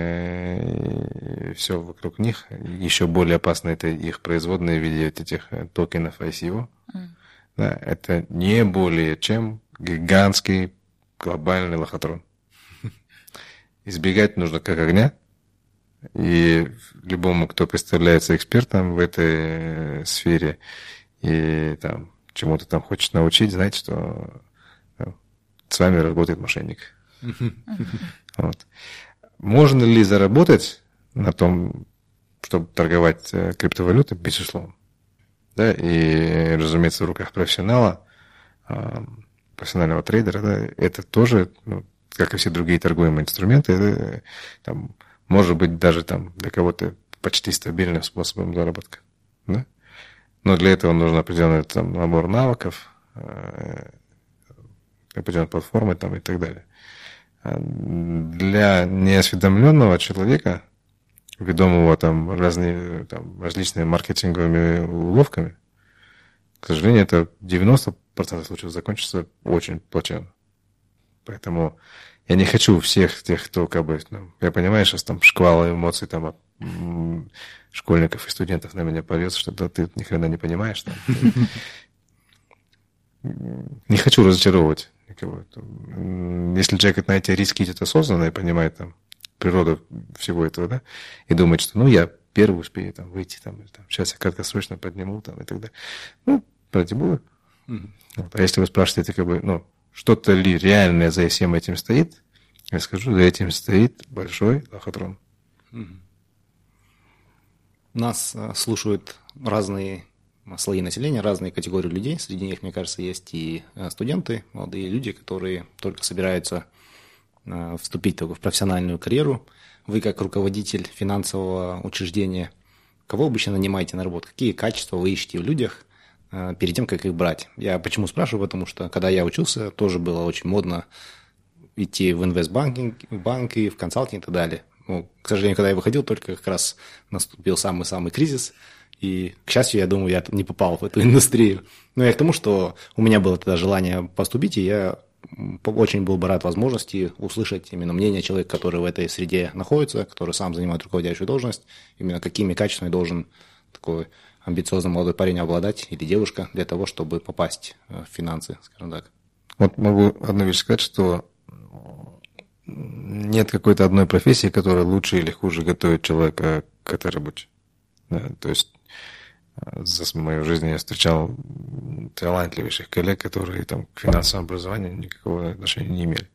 и все вокруг них, еще более опасно это их производные в виде этих токенов ай си о. Mm. Да, это не более чем гигантский глобальный лохотрон. Избегать нужно как огня. И любому, кто представляется экспертом в этой сфере и там, чему-то там хочет научить, знать, что с вами работает мошенник. Вот. Можно ли заработать на том, чтобы торговать криптовалютой? Безусловно. Да? И, разумеется, в руках профессионала, профессионального трейдера, да, это тоже, ну, как и все другие торгуемые инструменты, это, там, может быть даже там, для кого-то почти стабильным способом заработка. Да? Но для этого нужен определенный там, набор навыков, определенной платформы там, и так далее. Для неосведомленного человека, ведомого там, разные, там, различными маркетинговыми уловками, к сожалению, это девяносто процентов случаев закончится очень плачевно. Поэтому я не хочу всех тех, кто как бы, ну, я понимаю, сейчас там шквал эмоций там, от школьников и студентов на меня польется, что да, ты ни хрена не понимаешь. Там. Не хочу разочаровывать никого. Если человек на эти риски идет осознанно и понимает там, природу всего этого, да, и думает, что ну я первый успею там, выйти, там, или, там, сейчас я краткосрочно подниму там, и так далее. Ну, ради бога. Mm-hmm. Вот. А если вы спрашиваете, как бы, ну, что-то ли реальное за всем этим стоит, я скажу, за этим стоит большой лохотрон. Mm-hmm. Нас а, слушают разные слои населения, разные категории людей. Среди них, мне кажется, есть и студенты, молодые люди, которые только собираются вступить только в профессиональную карьеру. Вы, как руководитель финансового учреждения, кого обычно нанимаете на работу? Какие качества вы ищете в людях перед тем, как их брать? Я почему спрашиваю? Потому что, когда я учился, тоже было очень модно идти в инвестбанкинг, в банки, в консалтинг и так далее. Ну, к сожалению, когда я выходил, только как раз наступил самый-самый кризис. И, к счастью, я думаю, я не попал в эту индустрию. Но я к тому, что у меня было тогда желание поступить, и я очень был бы рад возможности услышать именно мнение человека, который в этой среде находится, который сам занимает руководящую должность, именно какими качествами должен такой амбициозный молодой парень обладать или девушка для того, чтобы попасть в финансы, скажем так. Вот могу одну вещь сказать, что нет какой-то одной профессии, которая лучше или хуже готовит человека к этой работе. Да, то есть за мою жизнь я встречал талантливейших коллег, которые там, к финансовому образованию никакого отношения не имели.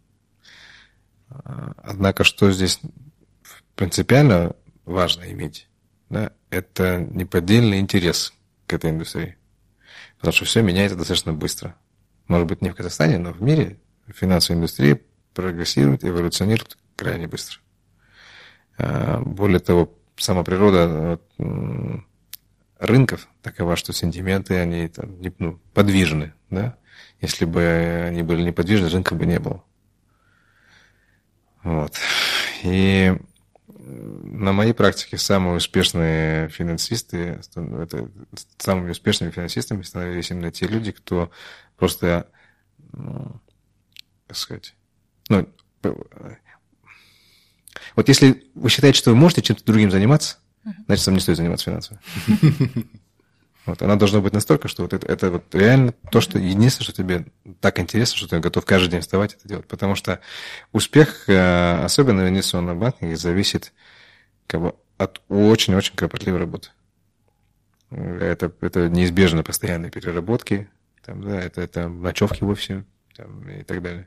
Однако, что здесь принципиально важно иметь, да, это неподдельный интерес к этой индустрии. Потому что все меняется достаточно быстро. Может быть, не в Казахстане, но в мире финансовая индустрия прогрессирует, эволюционирует крайне быстро. Более того, сама природа рынков такова, что сентименты, они там, ну, подвижны. Да? Если бы они были неподвижны, рынка бы не было. Вот. И на моей практике самые успешные финансисты, это, самыми успешными финансистами становились именно те люди, кто просто, ну, как сказать, ну, вот если вы считаете, что вы можете чем-то другим заниматься, значит, вам не стоит заниматься финансами. Вот, она должна быть настолько, что вот это, это вот реально то, что единственное, что тебе так интересно, что ты готов каждый день вставать это делать. Потому что успех, особенно в инвестиционном банкинге, зависит как бы от очень-очень кропотливой работы. Это, это неизбежно постоянные переработки, там, да, это, это ночевки в офисе там, и так далее.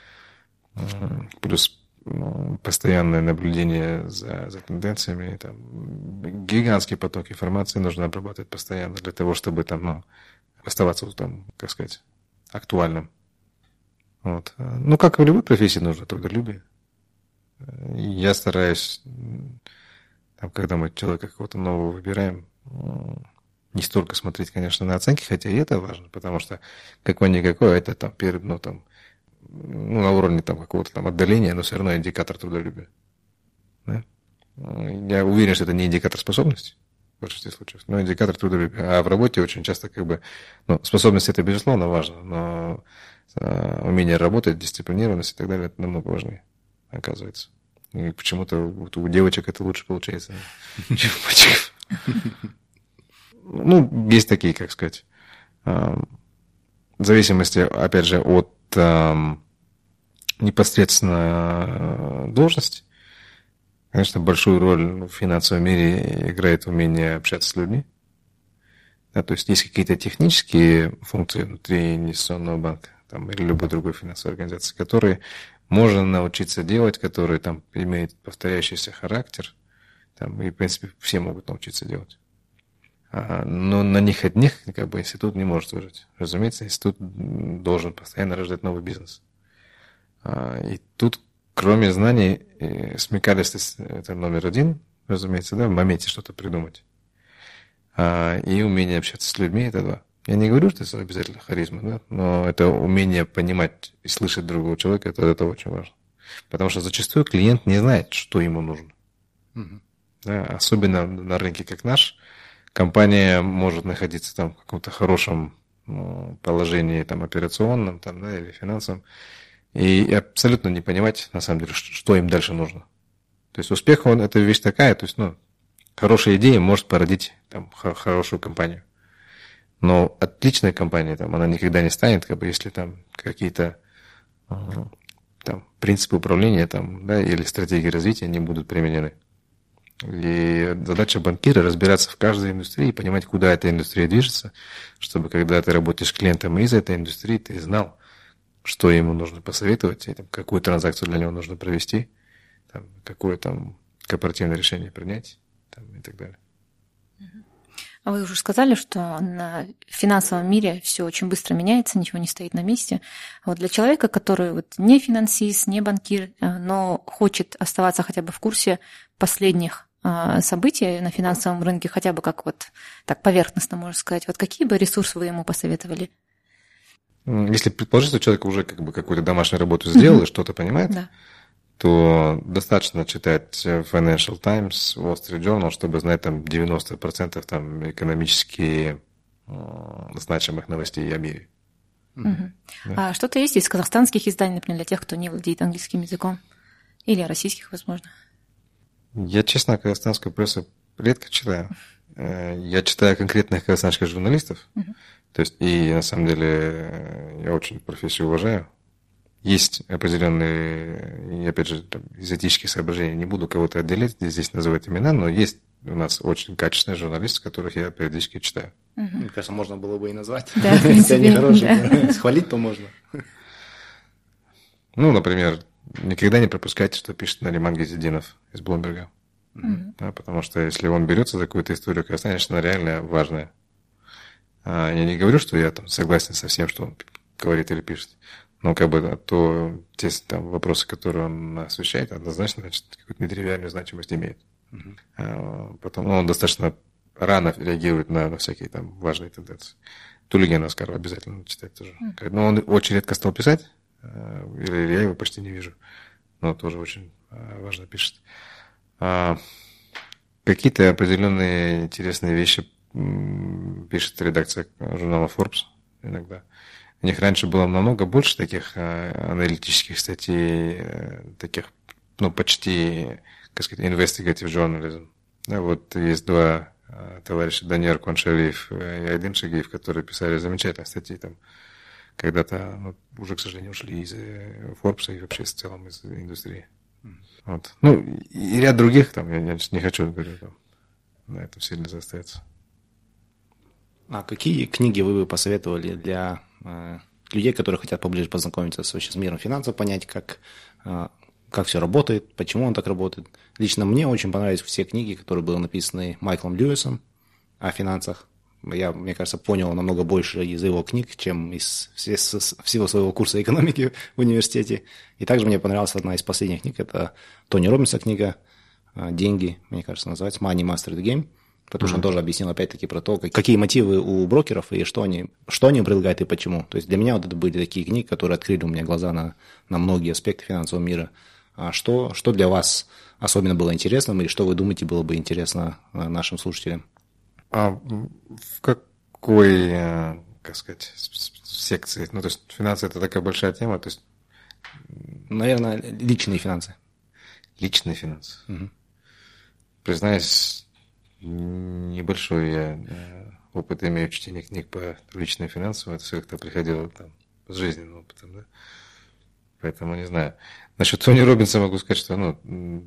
Плюс ну, постоянное наблюдение за, за тенденциями. Там, гигантский поток информации нужно обрабатывать постоянно для того, чтобы там, ну, оставаться, там, как сказать, актуальным. Вот. Ну, как и в любой профессии, нужно трудолюбие. Я стараюсь, там, когда мы человека какого-то нового выбираем, не столько смотреть, конечно, на оценки, хотя и это важно, потому что какой-никакой, это там, перед, ну, там, ну, на уровне там, какого-то там отдаления, но все равно индикатор трудолюбия. Да? Я уверен, что это не индикатор способности в большинстве случаев, но индикатор трудолюбия. А в работе очень часто как бы, ну, способность это безусловно важно, но умение работать, дисциплинированность и так далее, это намного важнее, оказывается. И почему-то вот у девочек это лучше получается, чем у мальчиков. Ну, есть такие, как сказать, в зависимости, опять же, от непосредственно должности. Конечно, большую роль в финансовом мире играет умение общаться с людьми. Да, то есть есть какие-то технические функции внутри инвестиционного банка там, или любой другой финансовой организации, которые можно научиться делать, которые там имеют повторяющийся характер, там, и, в принципе, все могут научиться делать. Но на них одних как бы, институт не может выжить. Разумеется, институт должен постоянно рождать новый бизнес. И тут, кроме знаний, смекалистость – это номер один, разумеется, да, в моменте что-то придумать. И умение общаться с людьми – это два. Я не говорю, что это обязательно харизма, да, но это умение понимать и слышать другого человека – это, это очень важно. Потому что зачастую клиент не знает, что ему нужно. Mm-hmm. Да, особенно на рынке, как наш, компания может находиться там в каком-то хорошем ну, положении там, операционном там, да, или финансовом и абсолютно не понимать, на самом деле, что им дальше нужно. То есть успех, он, это вещь такая, то есть, ну, хорошая идея может породить там, хорошую компанию. Но отличная компания, там, она никогда не станет, как бы, если там какие-то там, принципы управления там, да, или стратегии развития не будут применены. И задача банкира разбираться в каждой индустрии, понимать, куда эта индустрия движется, чтобы когда ты работаешь с клиентом из этой индустрии, ты знал, что ему нужно посоветовать, и, там, какую транзакцию для него нужно провести, там, какое там корпоративное решение принять там, и так далее. А вы уже сказали, что на финансовом мире все очень быстро меняется, ничего не стоит на месте. А вот для человека, который вот не финансист, не банкир, но хочет оставаться хотя бы в курсе последних событий на финансовом рынке, хотя бы как вот так поверхностно, можно сказать, вот какие бы ресурсы вы ему посоветовали? Если предположить, что человек уже как бы какую-то домашнюю работу сделал mm-hmm. и что-то понимает, да. то достаточно читать Financial Times, Wall Street Journal, чтобы знать там девяносто процентов там экономически э, значимых новостей о мире. Mm-hmm. Да. А что-то есть из казахстанских изданий, например, для тех, кто не владеет английским языком? Или российских, возможно? Я, честно, казахстанскую прессу редко читаю. Я читаю конкретных казахстанских журналистов. Mm-hmm. То есть, и на самом деле я очень профессию уважаю. Есть определенные, и опять же, там, из этических соображений, не буду кого-то отделять, здесь называть имена, но есть у нас очень качественные журналисты, которых я периодически читаю. Угу. Мне кажется, можно было бы и назвать. Да, если они хорошие, схвалить-то можно. Ну, например, никогда не пропускайте, что пишет Нариман Гизетдинов из Блумберга. Угу. Да, потому что если он берется за какую-то историю, конечно, она реально важная. Я не говорю, что я там согласен со всем, что он говорит или пишет. Но как бы то те там, вопросы, которые он освещает, однозначно значит, какую-то нетривиальную значимость имеет. Uh-huh. Потом ну, он достаточно рано реагирует на, на всякие там важные тенденции. Тулигена Аскарова обязательно читать тоже. Uh-huh. Но он очень редко стал писать, или я его почти не вижу, но тоже очень важно пишет. Какие-то определенные интересные вещи пишет редакция журнала Forbes иногда. У них раньше было намного больше таких аналитических статей, таких, ну, почти, как сказать, investigative journalism. Да, вот есть два товарища, Данияр Куаншалиев и Айдин Шагиев, которые писали замечательные статьи там, когда-то, ну, уже, к сожалению, ушли из Forbes и вообще в целом из индустрии. Вот. Ну, и ряд других, там, я не хочу говорю, там, на этом сильно заостаться. А какие книги вы бы посоветовали для э, людей, которые хотят поближе познакомиться с, вообще, с миром финансов, понять, как, э, как все работает, почему он так работает? Лично мне очень понравились все книги, которые были написаны Майклом Льюисом о финансах. Я, мне кажется, понял намного больше из его книг, чем из всего своего курса экономики в университете. И также мне понравилась одна из последних книг, это Тони Роббинса книга «Деньги», мне кажется, называется «Money Mastered the Game», потому что он тоже объяснил опять-таки про то, какие мотивы у брокеров и что они, что они предлагают и почему. То есть для меня вот это были такие книги, которые открыли у меня глаза на, на многие аспекты финансового мира. А что, что для вас особенно было интересным или что вы думаете было бы интересно нашим слушателям? А в какой, как сказать, секции? Ну, то есть финансы – это такая большая тема, то есть… Наверное, личные финансы. Личные финансы. Угу. Признаюсь, небольшой я опыт имею чтения книг по личным финансам. Это все как-то приходило там с жизненным опытом, да? Поэтому не знаю. Насчет Тони Роббинса могу сказать, что ну,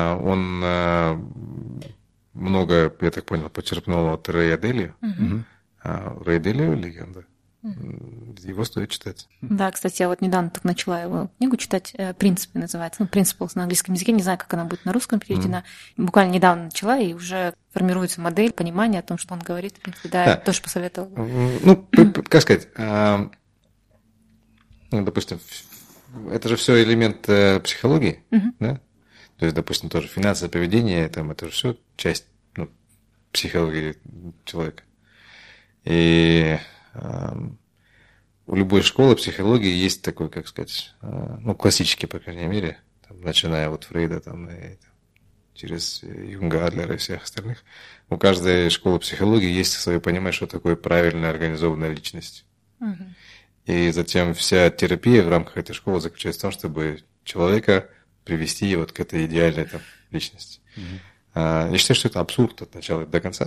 он много, я так понял, почерпнул от Рэя Дэлио. Угу. Рэй Дэлио – легенда. Его стоит читать. Да, кстати, я вот недавно так начала его книгу читать. «Принципы» называется. Ну, «Principles» на английском языке. Не знаю, как она будет на русском переведена. Mm. Буквально недавно начала, и уже формируется модель понимания о том, что он говорит. В принципе, да, да. Я тоже посоветовала. Ну, как сказать, ну, допустим, это же все элемент психологии, mm-hmm. да? То есть, допустим, тоже финансовое поведение, там, это же все часть ну, психологии человека. И у любой школы психологии есть такой, как сказать, ну, классический, по крайней мере, там, начиная от Фрейда, там, и, там, через Юнга, Адлера и всех остальных, у каждой школы психологии есть свое понимание, что такое правильная организованная личность. Угу. И затем вся терапия в рамках этой школы заключается в том, чтобы человека привести вот к этой идеальной там, личности. Угу. Я считаю, что это абсурд от начала до конца.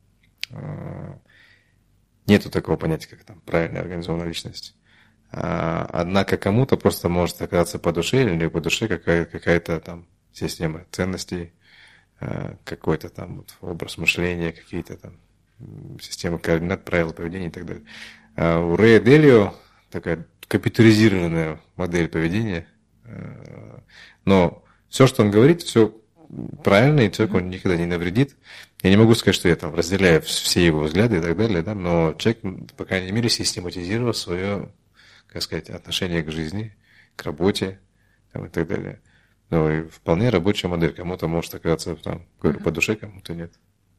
Нету такого понятия, как там правильная организованная личность. Однако кому-то просто может оказаться по душе или не по душе какая- какая-то там система ценностей, какой-то там вот образ мышления, какие-то там системы координат, правила поведения и так далее. У Рэя Дэлио такая компьютеризированная модель поведения, но все, что он говорит, все правильно, и человеку он никогда не навредит. Я не могу сказать, что я там разделяю все его взгляды и так далее, да, но человек, по крайней мере, систематизировал свое, как сказать, отношение к жизни, к работе там, и так далее. Ну, и вполне рабочая модель. Кому-то может оказаться там, говорю, по душе, кому-то нет.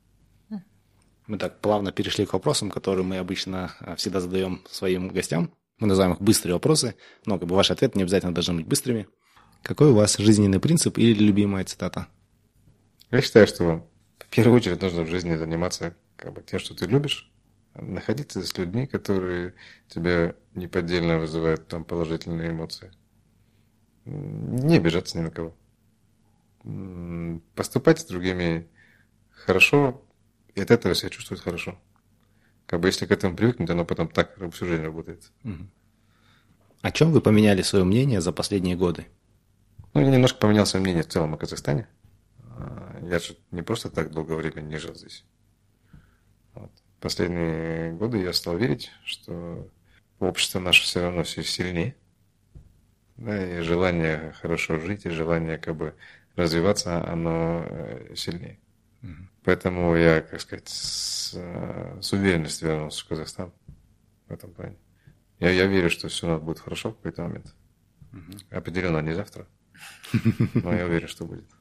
Мы так плавно перешли к вопросам, которые мы обычно всегда задаем своим гостям. Мы называем их быстрые вопросы, но как бы ваши ответы не обязательно должны быть быстрыми. Какой у вас жизненный принцип или любимая цитата? Я считаю, что в первую очередь нужно в жизни заниматься как бы, тем, что ты любишь, находиться с людьми, которые тебя неподдельно вызывают там, положительные эмоции. Не обижаться ни на кого. Поступать с другими хорошо, и от этого себя чувствовать хорошо. Как бы если к этому привыкнуть, оно потом так всю жизнь работает. Угу. О чем вы поменяли свое мнение за последние годы? Ну, я немножко поменял свое мнение в целом о Казахстане. Я же не просто так долгое время не жил здесь. Вот. Последние годы я стал верить, что общество наше все равно все сильнее. Да, и желание хорошо жить, и желание как бы развиваться, оно сильнее. Угу. Поэтому я, как сказать, с, с уверенностью вернулся в Казахстан в этом плане. Я, я верю, что все у нас будет хорошо в какой-то момент. Угу. Определенно не завтра, но я уверен, что будет.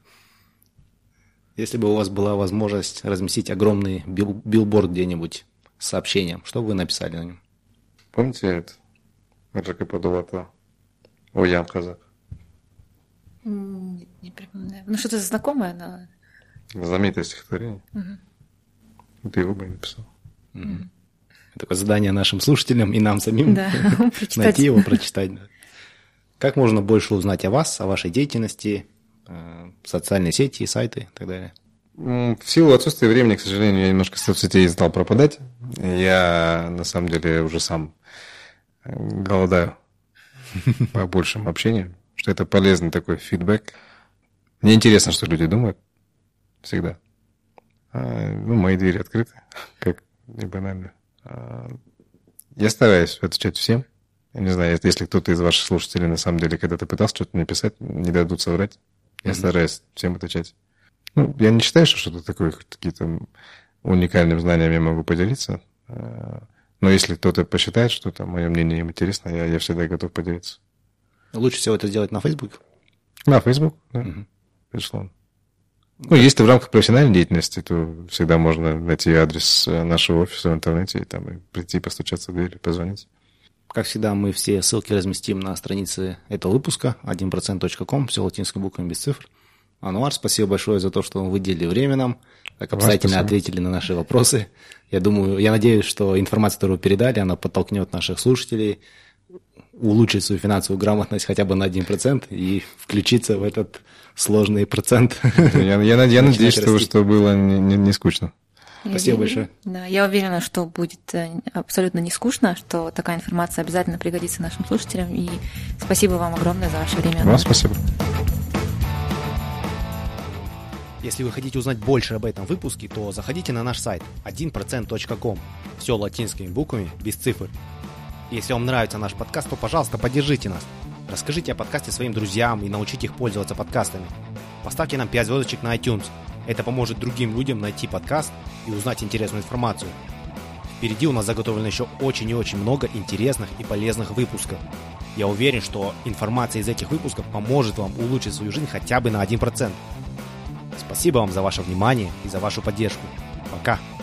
Если бы у вас была возможность разместить огромный бил- билборд где-нибудь с сообщением, что бы вы написали на нем? Помните это? Раджака Падулата. Оян казак. Не, не припоминаю. Ну, что-то знакомое, но... Знаменитое стихотворение. Угу. Ты его бы написал. Угу. Такое задание нашим слушателям и нам самим да, найти его, прочитать. Да. Как можно больше узнать о вас, о вашей деятельности, социальные сети, сайты и так далее? В силу отсутствия времени, к сожалению, я немножко с соцсетей стал пропадать. Я, на самом деле, уже сам голодаю по большему общению, что это полезный такой фидбэк. Мне интересно, что люди думают. Всегда. А, ну, мои двери открыты, как не банально. А, я стараюсь отвечать всем. Я не знаю, если кто-то из ваших слушателей на самом деле когда-то пытался что-то написать, не дадут соврать. Я mm-hmm. стараюсь всем отвечать. Ну, я не считаю, что что-то такое, какие-то уникальным знанием я могу поделиться. Но если кто-то посчитает, что там мое мнение им интересно, я, я всегда готов поделиться. Лучше всего это сделать на Facebook? На Facebook, да, угу. безусловно. Ну, если в рамках профессиональной деятельности, то всегда можно найти адрес нашего офиса в интернете и там и прийти, постучаться в дверь, позвонить. Как всегда, мы все ссылки разместим на странице этого выпуска один процент точка ком, все латинскими буквами без цифр. Ануар, спасибо большое за то, что вы выделили время нам, так обстоятельно ответили на наши вопросы. Я думаю, я надеюсь, что информация, которую вы передали, она подтолкнет наших слушателей улучшить свою финансовую грамотность хотя бы на один процент и включиться в этот сложный процент. Я, я, я надеюсь, что, что было не, не, не скучно. Я Спасибо уверена, большое. Да, я уверена, что будет абсолютно не скучно, что такая информация обязательно пригодится нашим слушателям. И спасибо вам огромное за ваше время. Вам спасибо. Если вы хотите узнать больше об этом выпуске, то заходите на наш сайт один процент точка ком. Все латинскими буквами, без цифр. Если вам нравится наш подкаст, то, пожалуйста, поддержите нас. Расскажите о подкасте своим друзьям и научите их пользоваться подкастами. Поставьте нам пять звездочек на iTunes. Это поможет другим людям найти подкаст и узнать интересную информацию. Впереди у нас заготовлено еще очень и очень много интересных и полезных выпусков. Я уверен, что информация из этих выпусков поможет вам улучшить свою жизнь хотя бы на один процент. Спасибо вам за ваше внимание и за вашу поддержку. Пока!